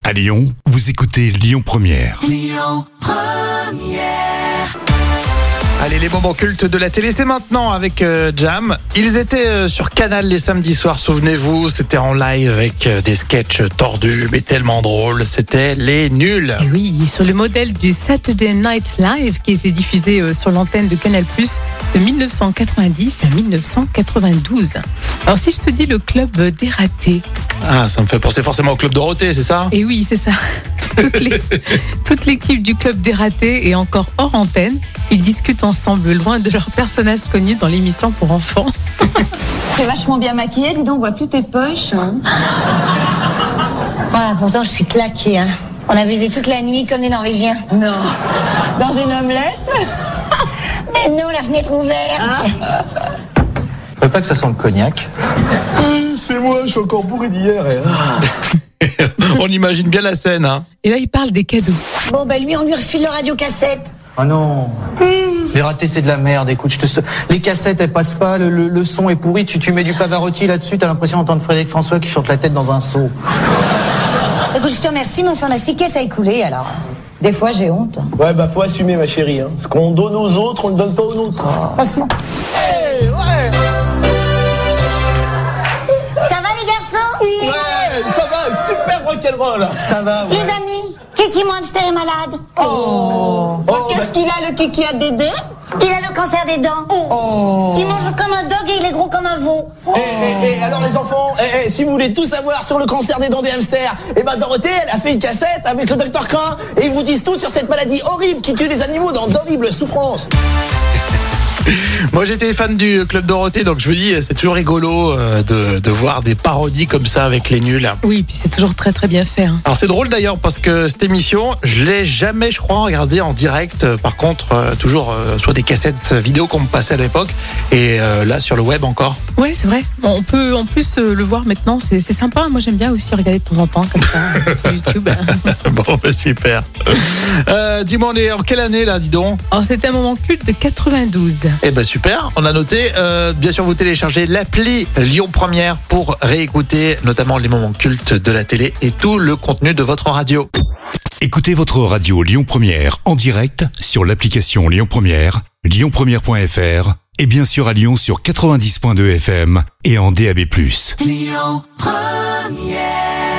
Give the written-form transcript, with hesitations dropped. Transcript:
À Lyon, vous écoutez Lyon Première. Lyon Première. Allez, les moments cultes de la télé, c'est maintenant avec Jam. Ils étaient sur Canal les samedis soirs, souvenez-vous, c'était en live avec des sketchs tordus, mais tellement drôles, c'était Les Nuls. Et oui, sur le modèle du Saturday Night Live qui était diffusé sur l'antenne de Canal+, de 1990 à 1992. Alors si je te dis le club des ratés. Ah, ça me fait penser forcément au Club Dorothée, c'est ça ? Et oui, c'est ça. Toute l'équipe du club des ratés et encore hors antenne, ils discutent ensemble loin de leurs personnages connus dans l'émission pour enfants. T'es vachement bien maquillée, dis donc, on voit plus tes poches. Voilà, pourtant je suis claquée. Hein. On a baisé toute la nuit comme des Norvégiens. Non. Dans une omelette? Mais non, la fenêtre ouverte. Faut pas que ça sent le cognac. C'est moi, je suis encore bourré d'hier. On imagine bien la scène, hein. Et là, ils parlent des cadeaux. Bon, bah lui, on lui refile le radiocassette. Oh non. Les ratés, c'est de la merde. Écoute, les cassettes, elles passent pas. Le son est pourri. Tu mets du Pavarotti là-dessus. T'as l'impression d'entendre Frédéric François qui chante la tête dans un seau. Écoute, je te remercie, mais enfin, on a 6 caisses à écouler, alors. Des fois, j'ai honte. Ouais, bah faut assumer, ma chérie. Hein. Ce qu'on donne aux autres, on ne donne pas aux nôtres. Franchement. Hey, ouais. Ça va, les garçons? Ouais, ça va, super rock'n'roll. Ça va, ouais. Les amis, Kiki, mon hamster est malade. Qu'est-ce qu'il a, le kiki à Dédé? Il a le cancer des dents. Il mange comme un dog et il est gros comme un veau. Et alors les enfants, si vous voulez tout savoir sur le cancer des dents des hamsters, Dorothée, elle a fait une cassette avec le docteur Crin et ils vous disent tout sur cette maladie horrible qui tue les animaux dans d'horribles souffrances. Moi, j'étais fan du Club Dorothée, donc je me dis, c'est toujours rigolo de voir des parodies comme ça avec Les Nuls. Oui, puis c'est toujours très très bien fait. Hein. Alors c'est drôle d'ailleurs parce que cette émission, je l'ai jamais, je crois, regardée en direct. Par contre, toujours soit des cassettes vidéo qu'on me passait à l'époque et là sur le web encore. Ouais, c'est vrai. On peut en plus le voir maintenant, c'est sympa. Moi, j'aime bien aussi regarder de temps en temps comme ça sur YouTube. Bon, bah, super. Dis-moi, on est en quelle année là, dis donc ? Alors, c'était un moment culte de 92. Eh ben super, on a noté. Bien sûr, vous téléchargez l'appli Lyon Première pour réécouter notamment les moments cultes de la télé et tout le contenu de votre radio. Écoutez votre radio Lyon Première en direct sur l'application Lyon Première, lyonpremière.fr et bien sûr à Lyon sur 90.2 FM et en DAB+. Lyon Première.